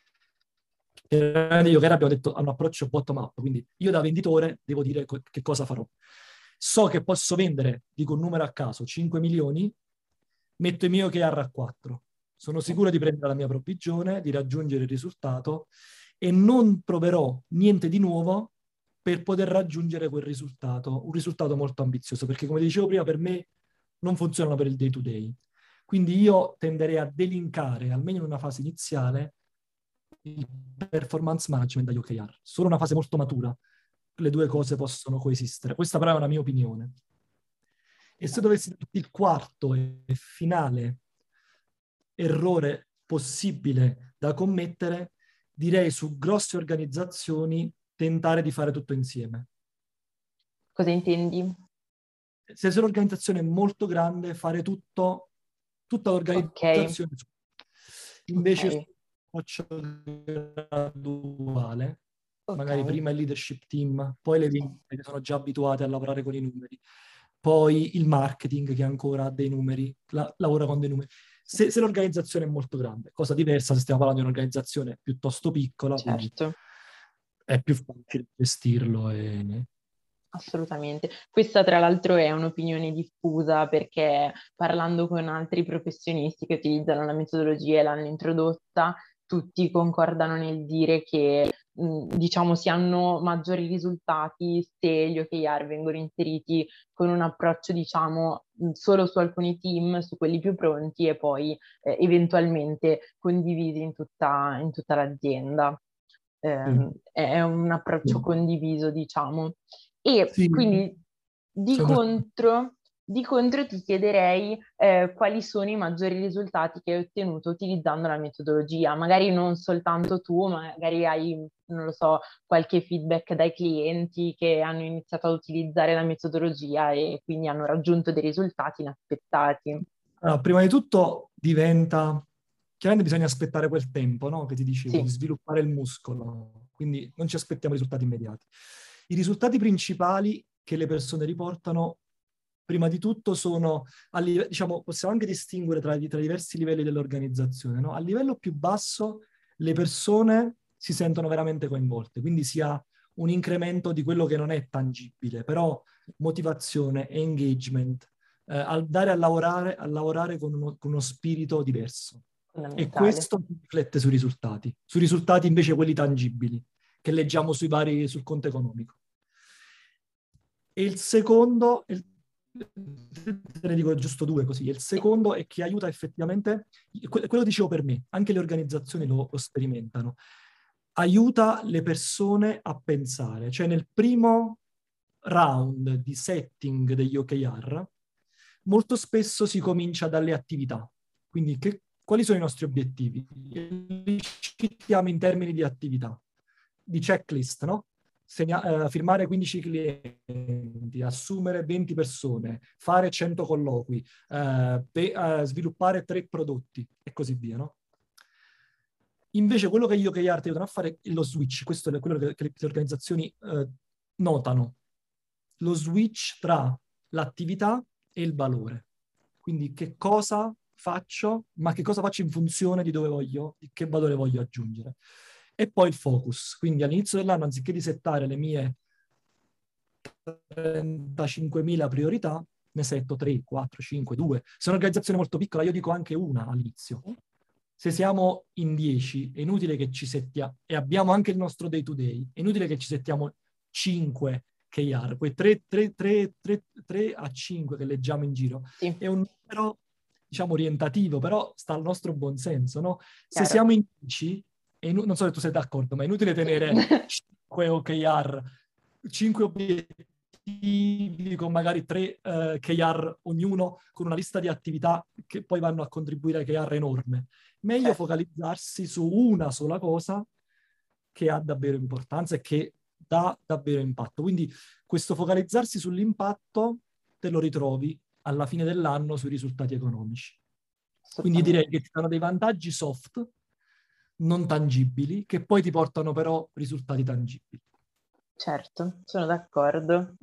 io che abbiamo detto ha un approccio bottom up, quindi io da venditore devo dire co- che cosa farò. So che posso vendere, dico un numero a caso, cinque milioni, metto i miei O K R a quattro. Sono sicuro di prendere la mia provvigione, di raggiungere il risultato e non proverò niente di nuovo per poter raggiungere quel risultato, un risultato molto ambizioso, perché come dicevo prima, per me non funzionano per il day to day. Quindi io tenderei a delinkare, almeno in una fase iniziale, il performance management dagli O K R. Solo una fase molto matura, le due cose possono coesistere. Questa però è una mia opinione. E se dovessi dire il quarto e finale errore possibile da commettere, direi su grosse organizzazioni tentare di fare tutto insieme. Cosa intendi? Se sei un'organizzazione molto grande, fare tutto, tutta l'organizzazione. Ok. Invece Ok. faccio graduale. Ok. Magari prima il leadership team, poi le vendite che sono già abituate a lavorare con i numeri, poi il marketing che ancora ha dei numeri, la, lavora con dei numeri. Se, se l'organizzazione è molto grande, cosa diversa se stiamo parlando di un'organizzazione piuttosto piccola, quindi Certo. è più facile gestirlo. E... Assolutamente. Questa tra l'altro è un'opinione diffusa perché parlando con altri professionisti che utilizzano la metodologia e l'hanno introdotta, tutti concordano nel dire che mh, diciamo si hanno maggiori risultati se gli O K R vengono inseriti con un approccio diciamo mh, solo su alcuni team, su quelli più pronti e poi eh, eventualmente condivisi in tutta, in tutta l'azienda. Sì. Eh, è un approccio condiviso, diciamo. E Sì, quindi di sono contro, di contro ti chiederei eh, quali sono i maggiori risultati che hai ottenuto utilizzando la metodologia. Magari non soltanto tu, ma magari hai, non lo so, qualche feedback dai clienti che hanno iniziato ad utilizzare la metodologia e quindi hanno raggiunto dei risultati inaspettati. Allora, prima di tutto diventa... Chiaramente bisogna aspettare quel tempo, no? Che ti dicevo, di Sì, sviluppare il muscolo. Quindi non ci aspettiamo risultati immediati. I risultati principali che le persone riportano, prima di tutto, sono... A live- diciamo, possiamo anche distinguere tra, i- tra i diversi livelli dell'organizzazione, no? A livello più basso, le persone si sentono veramente coinvolte. Quindi si ha un incremento di quello che non è tangibile, però motivazione, engagement, eh, al dare a lavorare, a lavorare con uno, con uno spirito diverso. E fondamentale. questo si riflette sui risultati. Sui risultati invece quelli tangibili, che leggiamo sui vari, sul conto economico. E il secondo, il, te ne dico giusto due così, il secondo è che aiuta effettivamente, quello dicevo per me, anche le organizzazioni lo, lo sperimentano, aiuta le persone a pensare. Cioè nel primo round di setting degli O K R, molto spesso si comincia dalle attività. Quindi che, quali sono i nostri obiettivi? Li citiamo in termini di attività, di checklist, no? Segna, eh, firmare quindici clienti, assumere venti persone, fare cento colloqui, eh, pe, eh, sviluppare tre prodotti e così via, no? Invece quello che gli O K R ti aiutano a fare è lo switch, questo è quello che, che le organizzazioni eh, notano, lo switch tra l'attività e il valore. Quindi che cosa faccio, ma che cosa faccio in funzione di dove voglio, di che valore voglio aggiungere. E poi il focus. Quindi all'inizio dell'anno, anziché di settare le mie trentacinquemila priorità, ne setto tre, quattro, cinque, due. Se è un'organizzazione molto piccola, io dico anche una all'inizio. Se siamo in dieci, è inutile che ci settiamo, e abbiamo anche il nostro day to day, è inutile che ci settiamo cinque K R, quei tre a cinque che leggiamo in giro. Sì, È un numero, diciamo, orientativo, però sta al nostro buonsenso, no? Se chiaro. siamo in dieci, è inu- non so se tu sei d'accordo, ma è inutile tenere cinque O K R, cinque obiettivi con magari tre eh, K R ognuno, con una lista di attività che poi vanno a contribuire ai K R enorme. Meglio Certo. focalizzarsi su una sola cosa che ha davvero importanza e che dà davvero impatto. Quindi questo focalizzarsi sull'impatto te lo ritrovi alla fine dell'anno sui risultati economici. Quindi direi Assolutamente. che ti danno dei vantaggi soft, non tangibili, che poi ti portano però risultati tangibili. Certo, sono d'accordo.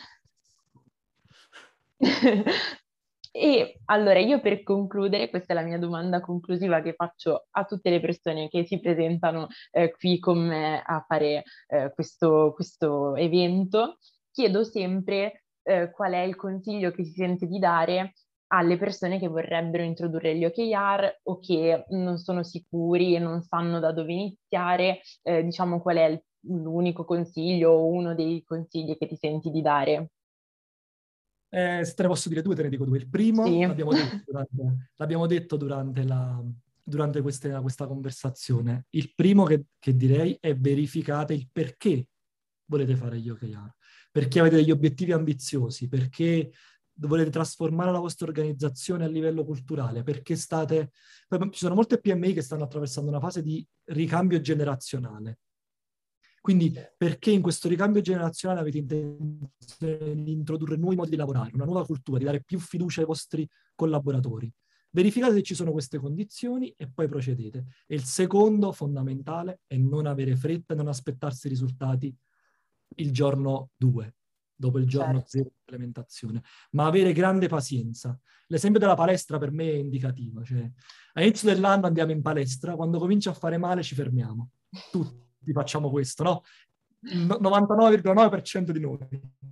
E allora io per concludere, questa è la mia domanda conclusiva che faccio a tutte le persone che si presentano eh, qui con me a fare eh, questo, questo evento, chiedo sempre eh, qual è il consiglio che si sente di dare alle persone che vorrebbero introdurre gli O K R o che non sono sicuri e non sanno da dove iniziare, eh, diciamo qual è il l'unico consiglio o uno dei consigli che ti senti di dare? Eh, se te ne posso dire due, te ne dico due. Il primo, Sì, l'abbiamo detto durante, l'abbiamo detto durante, la, durante queste- questa conversazione. Il primo che, che direi è: verificate il perché volete fare gli O K R. Perché avete degli obiettivi ambiziosi, perché volete trasformare la vostra organizzazione a livello culturale, perché state... Poi ci sono molte P M I che stanno attraversando una fase di ricambio generazionale. Quindi perché in questo ricambio generazionale avete intenzione di introdurre nuovi modi di lavorare, una nuova cultura, di dare più fiducia ai vostri collaboratori? Verificate se ci sono queste condizioni e poi procedete. E il secondo fondamentale è non avere fretta e non aspettarsi i risultati il giorno due, dopo il giorno certo. zero di implementazione, ma avere grande pazienza. L'esempio della palestra per me è indicativo, cioè all'inizio dell'anno andiamo in palestra, quando comincia a fare male ci fermiamo. Tutti facciamo questo, no? Il novantanove virgola nove per cento di noi.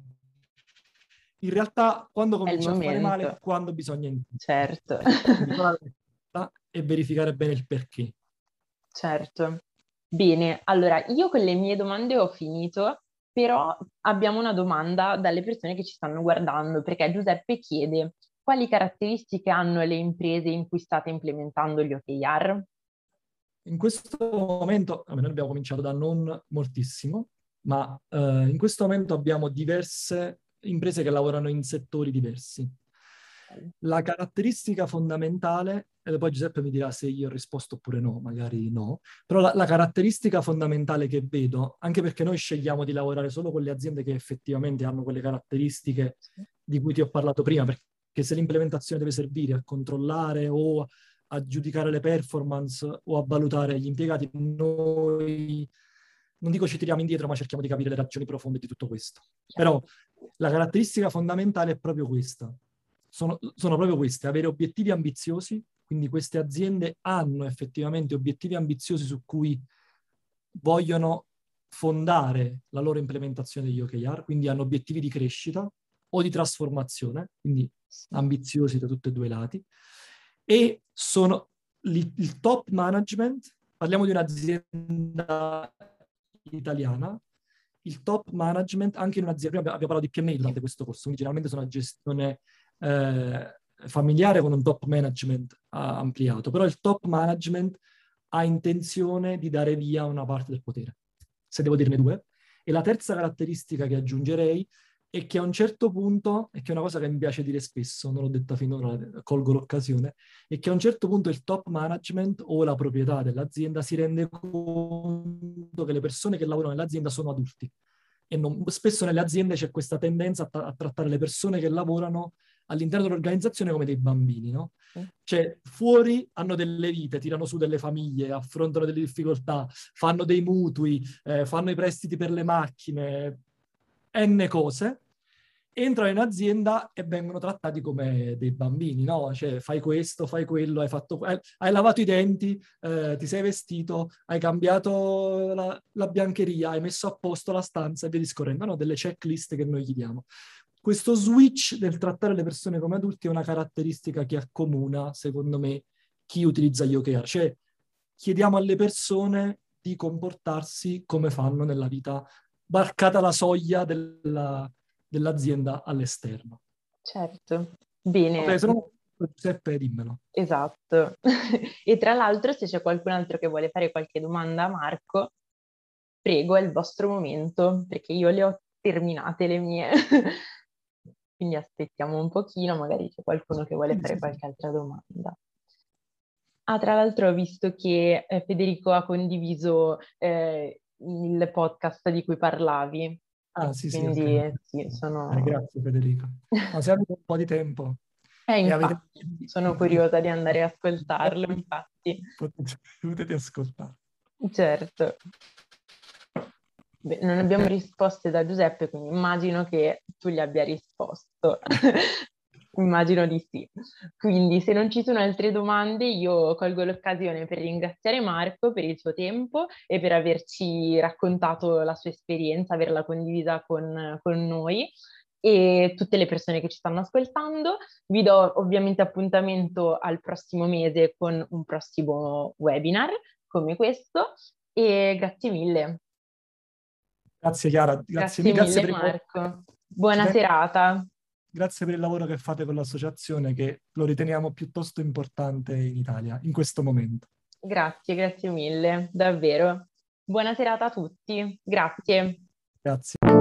In realtà, quando È il comincia a fare male, momento, è quando bisogna certo. intervenire. Quindi fare la verità e verificare bene il perché. Certo. Bene, allora io con le mie domande ho finito, però abbiamo una domanda dalle persone che ci stanno guardando, perché Giuseppe chiede: quali caratteristiche hanno le imprese in cui state implementando gli O K R? In questo momento, noi abbiamo cominciato da non moltissimo, ma eh, in questo momento abbiamo diverse imprese che lavorano in settori diversi. La caratteristica fondamentale, e poi Giuseppe mi dirà se io ho risposto oppure no, magari no, però la, la caratteristica fondamentale che vedo, anche perché noi scegliamo di lavorare solo con le aziende che effettivamente hanno quelle caratteristiche di cui ti ho parlato prima, perché se l'implementazione deve servire a controllare o a giudicare le performance o a valutare gli impiegati, noi non dico ci tiriamo indietro, ma cerchiamo di capire le ragioni profonde di tutto questo. Però la caratteristica fondamentale è proprio questa. Sono, sono proprio queste: avere obiettivi ambiziosi, quindi queste aziende hanno effettivamente obiettivi ambiziosi su cui vogliono fondare la loro implementazione degli O K R, quindi hanno obiettivi di crescita o di trasformazione, quindi ambiziosi da tutti e due i lati, e sono il, il top management, parliamo di un'azienda italiana, il top management anche in un'azienda, prima abbiamo parlato di P M I durante questo corso, quindi generalmente sono una gestione eh, familiare con un top management ah, ampliato, però il top management ha intenzione di dare via una parte del potere, se devo dirne due. E la terza caratteristica che aggiungerei è che a un certo punto, e che è una cosa che mi piace dire spesso, non l'ho detta finora, colgo l'occasione, è che a un certo punto il top management o la proprietà dell'azienda si rende conto che le persone che lavorano nell'azienda sono adulti. E non, spesso nelle aziende c'è questa tendenza a, a trattare le persone che lavorano all'interno dell'organizzazione come dei bambini, no? Cioè, fuori hanno delle vite, tirano su delle famiglie, affrontano delle difficoltà, fanno dei mutui, eh, fanno i prestiti per le macchine, enne cose, entrano in azienda e vengono trattati come dei bambini, no? Cioè, fai questo, fai quello, hai fatto, hai, hai lavato i denti, eh, ti sei vestito, hai cambiato la, la biancheria, hai messo a posto la stanza e via discorrendo, no? Delle checklist che noi gli diamo. Questo switch del trattare le persone come adulti è una caratteristica che accomuna, secondo me, chi utilizza gli O K R. Cioè, chiediamo alle persone di comportarsi come fanno nella vita, barcata la soglia della, dell'azienda all'esterno. Certo, bene. Vabbè, se no, Giuseppe, dimmelo. Esatto. E tra l'altro, se c'è qualcun altro che vuole fare qualche domanda a Marco, prego, è il vostro momento, perché io le ho terminate le mie. Quindi aspettiamo un pochino, magari c'è qualcuno che vuole Sì, fare sì, sì. qualche altra domanda. Ah, tra l'altro ho visto che eh, Federico ha condiviso eh, il podcast di cui parlavi, Ah, sì, sì, ok. quindi sì, Eh, sono... grazie Federico. No, se avete un po' di tempo Eh, e avete infatti, sono curiosa di andare ad ascoltarlo, infatti. potete, potete ascoltare. Certo. Beh, non abbiamo risposte da Giuseppe, quindi immagino che tu gli abbia risposto. Immagino di sì. Quindi, se non ci sono altre domande, io colgo l'occasione per ringraziare Marco per il suo tempo e per averci raccontato la sua esperienza, averla condivisa con, con noi e tutte le persone che ci stanno ascoltando. Vi do ovviamente appuntamento al prossimo mese con un prossimo webinar come questo e grazie mille. Grazie Chiara, grazie, Grazie mille, grazie mille per il lavoro. Marco. Buona Ci tengo- serata. Grazie per il lavoro che fate con l'associazione, che lo riteniamo piuttosto importante in Italia, in questo momento. Grazie, grazie mille, davvero. Buona serata a tutti. Grazie. Grazie.